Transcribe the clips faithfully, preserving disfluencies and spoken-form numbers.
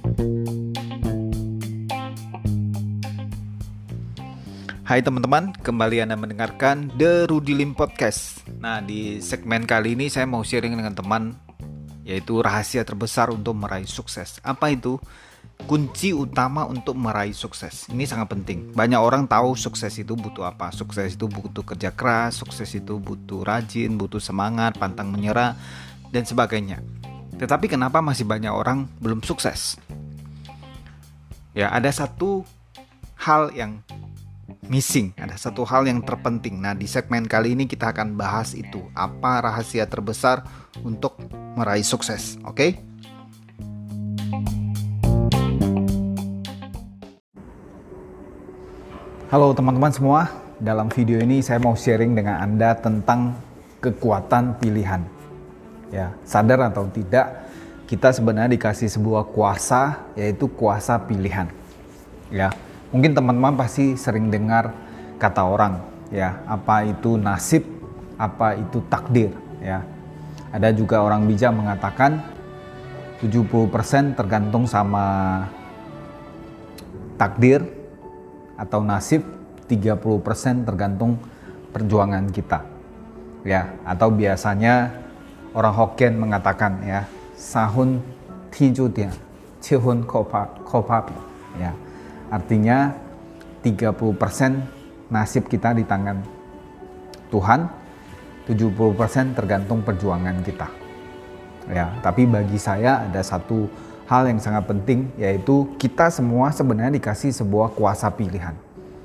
Hai teman-teman, kembali Anda mendengarkan The Rudy Lim Podcast. Nah, di segmen kali ini saya mau sharing dengan teman, yaitu rahasia terbesar untuk meraih sukses. Apa itu? Kunci utama untuk meraih sukses. Ini sangat penting. Banyak orang tahu sukses itu butuh apa. Sukses itu butuh kerja keras, sukses itu butuh rajin, butuh semangat, pantang menyerah, dan sebagainya. Tetapi kenapa masih banyak orang belum sukses? Ya, ada satu hal yang missing, ada satu hal yang terpenting. Nah, di segmen kali ini kita akan bahas itu. Apa rahasia terbesar untuk meraih sukses, oke? Okay? Halo teman-teman semua, dalam video ini saya mau sharing dengan Anda tentang kekuatan pilihan. Ya, sadar atau tidak, kita sebenarnya dikasih sebuah kuasa, yaitu kuasa pilihan. Ya. Mungkin teman-teman pasti sering dengar kata orang, ya, apa itu nasib, apa itu takdir, ya. Ada juga orang bijak mengatakan tujuh puluh persen tergantung sama takdir atau nasib, tiga puluh persen tergantung perjuangan kita. Ya, atau biasanya orang Hokkien mengatakan, ya, sahun tiju dia, cihun kopapi, ya. Artinya tiga puluh persen nasib kita di tangan Tuhan, tujuh puluh persen tergantung perjuangan kita. Ya, tapi bagi saya ada satu hal yang sangat penting, yaitu kita semua sebenarnya dikasih sebuah kuasa pilihan.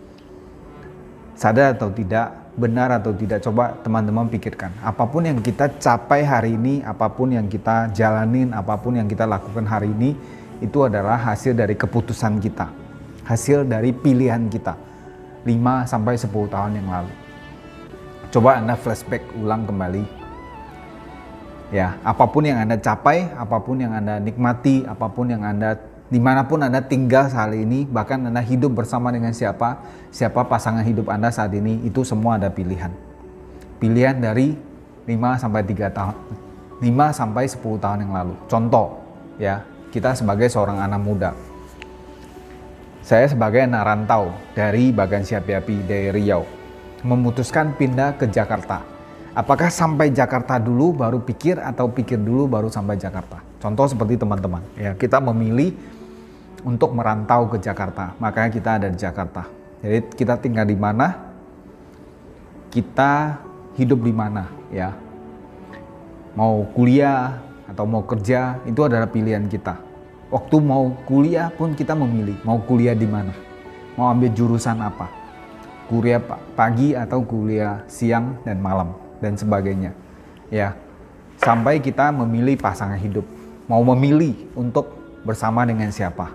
Sadar atau tidak, benar atau tidak, coba teman-teman pikirkan. Apapun yang kita capai hari ini, apapun yang kita jalanin, apapun yang kita lakukan hari ini, itu adalah hasil dari keputusan kita. Hasil dari pilihan kita lima sampai sepuluh tahun yang lalu. Coba Anda flashback ulang kembali. Ya, apapun yang Anda capai, apapun yang Anda nikmati, apapun yang Anda, dimanapun Anda tinggal saat ini, bahkan Anda hidup bersama dengan siapa, siapa pasangan hidup Anda saat ini, itu semua ada pilihan. Pilihan dari lima sampai tiga tahun, lima sampai sepuluh tahun yang lalu. Contoh, ya, kita sebagai seorang anak muda. Saya sebagai anak rantau dari Bagan Siapi-Api dari Riau memutuskan pindah ke Jakarta. Apakah sampai Jakarta dulu baru pikir atau pikir dulu baru sampai Jakarta? Contoh seperti teman-teman, ya, kita memilih untuk merantau ke Jakarta, makanya kita ada di Jakarta. Jadi kita tinggal di mana, kita hidup di mana, ya. Mau kuliah atau mau kerja, itu adalah pilihan kita. Waktu mau kuliah pun kita memilih mau kuliah di mana, mau ambil jurusan apa, kuliah pagi atau kuliah siang dan malam dan sebagainya, ya. Sampai kita memilih pasangan hidup, mau memilih untuk bersama dengan siapa,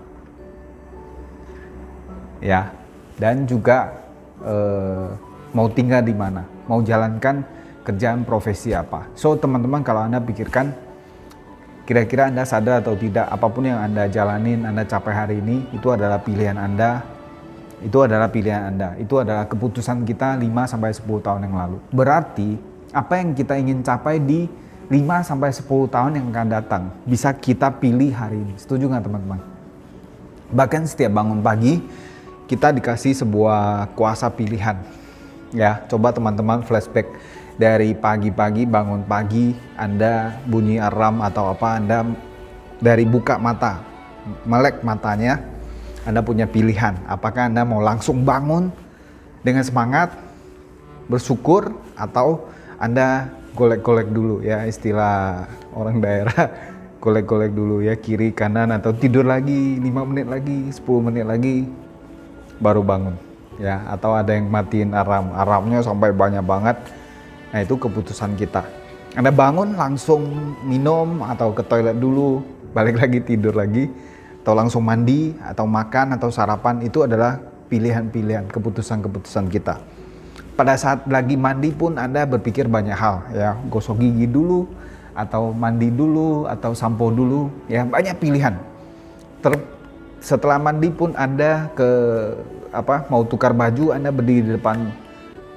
ya, dan juga eh, mau tinggal di mana, mau jalankan kerjaan profesi apa. So teman-teman, kalau Anda pikirkan, kira-kira Anda sadar atau tidak, apapun yang Anda jalanin, Anda capai hari ini, itu adalah pilihan Anda, itu adalah pilihan Anda, itu adalah keputusan kita lima sampai sepuluh tahun yang lalu. Berarti, apa yang kita ingin capai di lima sampai sepuluh tahun yang akan datang, bisa kita pilih hari ini. Setuju nggak teman-teman? Bahkan setiap bangun pagi, kita dikasih sebuah kuasa pilihan. Ya, coba teman-teman flashback. Dari pagi-pagi, bangun pagi, Anda bunyi alarm atau apa, Anda dari buka mata, melek matanya, Anda punya pilihan. Apakah Anda mau langsung bangun dengan semangat, bersyukur, atau Anda golek-golek dulu, ya, istilah orang daerah, golek-golek dulu, ya, kiri kanan, atau tidur lagi lima menit lagi, sepuluh menit lagi, baru bangun, ya. Atau ada yang matiin alarm, alarmnya sampai banyak banget. Nah, itu keputusan kita. Anda bangun langsung minum atau ke toilet dulu, balik lagi tidur lagi, atau langsung mandi atau makan atau sarapan, itu adalah pilihan-pilihan, keputusan-keputusan kita. Pada saat lagi mandi pun Anda berpikir banyak hal, ya, gosok gigi dulu atau mandi dulu atau sampo dulu, ya, banyak pilihan. Ter, setelah mandi pun Anda ke apa mau tukar baju, Anda berdiri di depan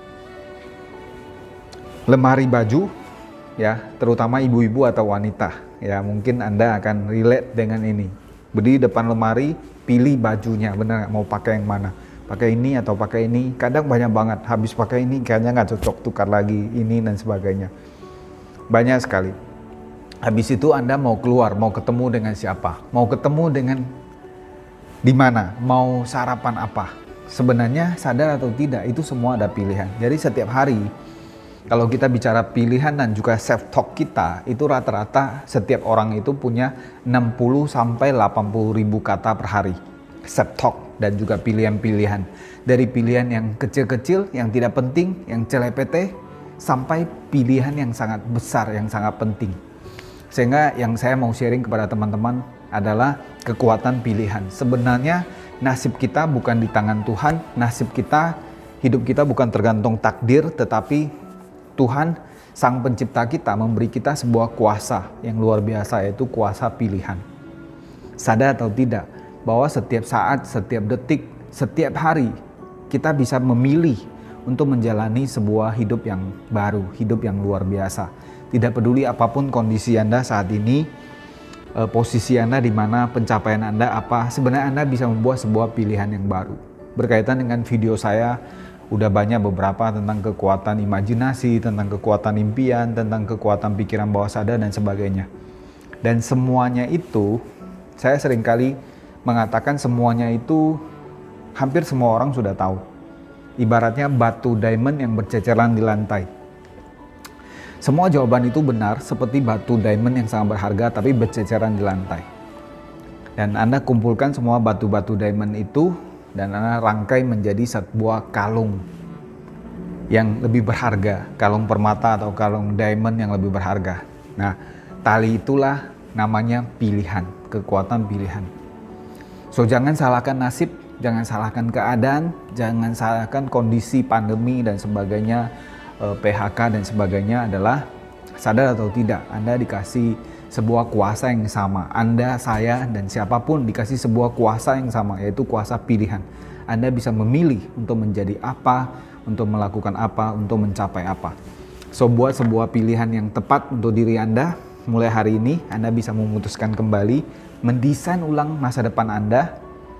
lemari baju, ya, terutama ibu-ibu atau wanita, ya, mungkin Anda akan relate dengan ini. Berdiri depan lemari, pilih bajunya, bener nggak mau pakai yang mana? Pakai ini atau pakai ini? Kadang banyak banget, habis pakai ini kayaknya nggak cocok, tukar lagi ini dan sebagainya. Banyak sekali. Habis itu Anda mau keluar, mau ketemu dengan siapa? Mau ketemu dengan di mana? Mau sarapan apa? Sebenarnya sadar atau tidak, itu semua ada pilihan. Jadi setiap hari, kalau kita bicara pilihan dan juga self-talk kita, itu rata-rata setiap orang itu punya enam puluh sampai delapan puluh ribu kata per hari. Self-talk dan juga pilihan-pilihan. Dari pilihan yang kecil-kecil, yang tidak penting, yang celepete, sampai pilihan yang sangat besar, yang sangat penting. Sehingga yang saya mau sharing kepada teman-teman adalah kekuatan pilihan. Sebenarnya nasib kita bukan di tangan Tuhan, nasib kita, hidup kita bukan tergantung takdir, tetapi Tuhan Sang Pencipta kita memberi kita sebuah kuasa yang luar biasa, yaitu kuasa pilihan. Sadar atau tidak bahwa setiap saat, setiap detik, setiap hari kita bisa memilih untuk menjalani sebuah hidup yang baru, hidup yang luar biasa. Tidak peduli apapun kondisi Anda saat ini, posisi Anda di mana, pencapaian Anda apa, sebenarnya Anda bisa membuat sebuah pilihan yang baru. Berkaitan dengan video saya, udah banyak beberapa tentang kekuatan imajinasi, tentang kekuatan impian, tentang kekuatan pikiran bawah sadar dan sebagainya. Dan semuanya itu, saya seringkali mengatakan semuanya itu hampir semua orang sudah tahu. Ibaratnya batu diamond yang berceceran di lantai. Semua jawaban itu benar seperti batu diamond yang sangat berharga tapi berceceran di lantai. Dan Anda kumpulkan semua batu-batu diamond itu dan Anda rangkai menjadi sebuah kalung yang lebih berharga, kalung permata atau kalung diamond yang lebih berharga. Nah, tali itulah namanya pilihan, kekuatan pilihan. So, jangan salahkan nasib, jangan salahkan keadaan, jangan salahkan kondisi pandemi dan sebagainya, P H K dan sebagainya. Adalah sadar atau tidak, Anda dikasih sebuah kuasa yang sama. Anda, saya, dan siapapun dikasih sebuah kuasa yang sama, yaitu kuasa pilihan. Anda bisa memilih untuk menjadi apa, untuk melakukan apa, untuk mencapai apa. So, buat sebuah pilihan yang tepat untuk diri Anda. Mulai hari ini, Anda bisa memutuskan kembali, mendesain ulang masa depan Anda,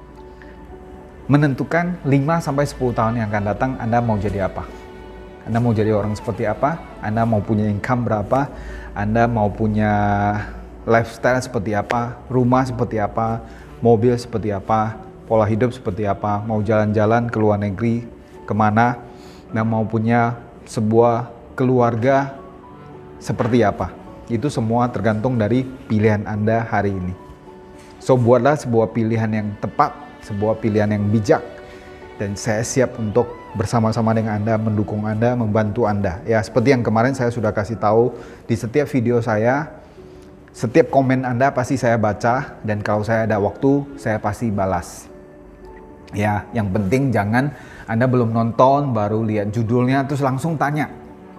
menentukan lima sampai sepuluh tahun yang akan datang Anda mau jadi apa. Anda mau jadi orang seperti apa, Anda mau punya income berapa, Anda mau punya lifestyle seperti apa, rumah seperti apa, mobil seperti apa, pola hidup seperti apa, mau jalan-jalan ke luar negeri, kemana, Anda mau punya sebuah keluarga seperti apa. Itu semua tergantung dari pilihan Anda hari ini. So, buatlah sebuah pilihan yang tepat, sebuah pilihan yang bijak. Dan saya siap untuk bersama-sama dengan Anda, mendukung Anda, membantu Anda. Ya, seperti yang kemarin saya sudah kasih tahu di setiap video saya, setiap komen Anda pasti saya baca, dan kalau saya ada waktu, saya pasti balas. Ya, yang penting jangan Anda belum nonton, baru lihat judulnya, terus langsung tanya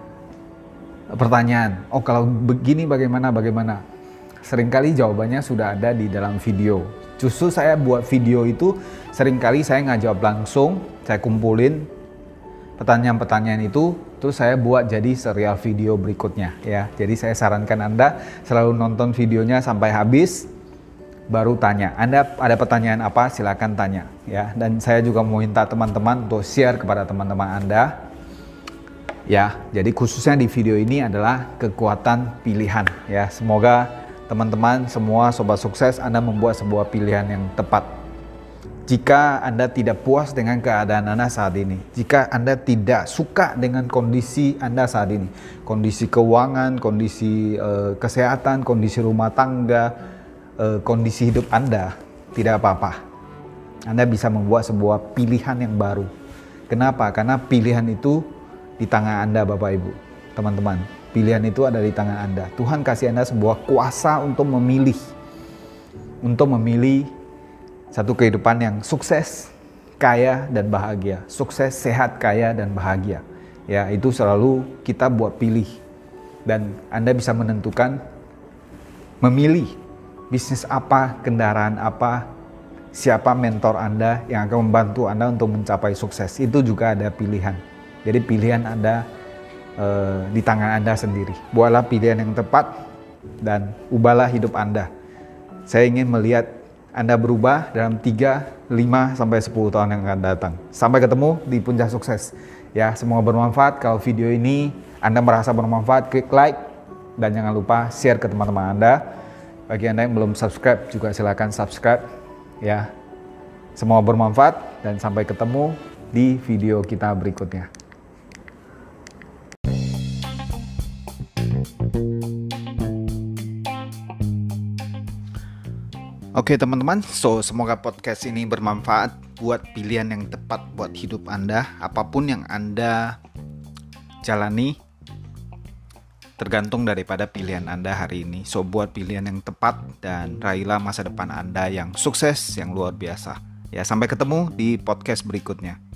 pertanyaan. Oh, kalau begini bagaimana, bagaimana? Seringkali jawabannya sudah ada di dalam video. Justru saya buat video itu seringkali saya nggak jawab langsung, saya kumpulin pertanyaan-pertanyaan itu, terus saya buat jadi serial video berikutnya ya. Jadi saya sarankan Anda selalu nonton videonya sampai habis, baru tanya. Anda ada pertanyaan apa, silakan tanya ya. Dan saya juga mau minta teman-teman untuk share kepada teman-teman Anda ya. Jadi khususnya di video ini adalah kekuatan pilihan ya. Semoga teman-teman semua sobat sukses, Anda membuat sebuah pilihan yang tepat. Jika Anda tidak puas dengan keadaan Anda saat ini, jika Anda tidak suka dengan kondisi Anda saat ini, kondisi keuangan, kondisi uh, kesehatan, kondisi rumah tangga, uh, kondisi hidup Anda, tidak apa-apa. Anda bisa membuat sebuah pilihan yang baru. Kenapa? Karena pilihan itu di tangan Anda, Bapak Ibu, teman-teman. Pilihan itu ada di tangan Anda. Tuhan kasih Anda sebuah kuasa untuk memilih. Untuk memilih satu kehidupan yang sukses, kaya, dan bahagia. Sukses, sehat, kaya, dan bahagia. Ya, itu selalu kita buat pilih. Dan Anda bisa menentukan, memilih bisnis apa, kendaraan apa, siapa mentor Anda yang akan membantu Anda untuk mencapai sukses. Itu juga ada pilihan. Jadi pilihan Anda Uh, di tangan Anda sendiri. Buatlah pilihan yang tepat dan ubahlah hidup Anda. Saya ingin melihat Anda berubah dalam tiga, lima, sampai sepuluh tahun yang akan datang. Sampai ketemu di Puncak Sukses. Ya, semoga bermanfaat. Kalau video ini Anda merasa bermanfaat, klik like dan jangan lupa share ke teman-teman Anda. Bagi Anda yang belum subscribe juga silakan subscribe ya. Semoga bermanfaat dan sampai ketemu di video kita berikutnya. Oke teman-teman, so semoga podcast ini bermanfaat buat pilihan yang tepat buat hidup Anda. Apapun yang Anda jalani tergantung daripada pilihan Anda hari ini. So buat pilihan yang tepat dan raihlah masa depan Anda yang sukses, yang luar biasa. Ya, sampai ketemu di podcast berikutnya.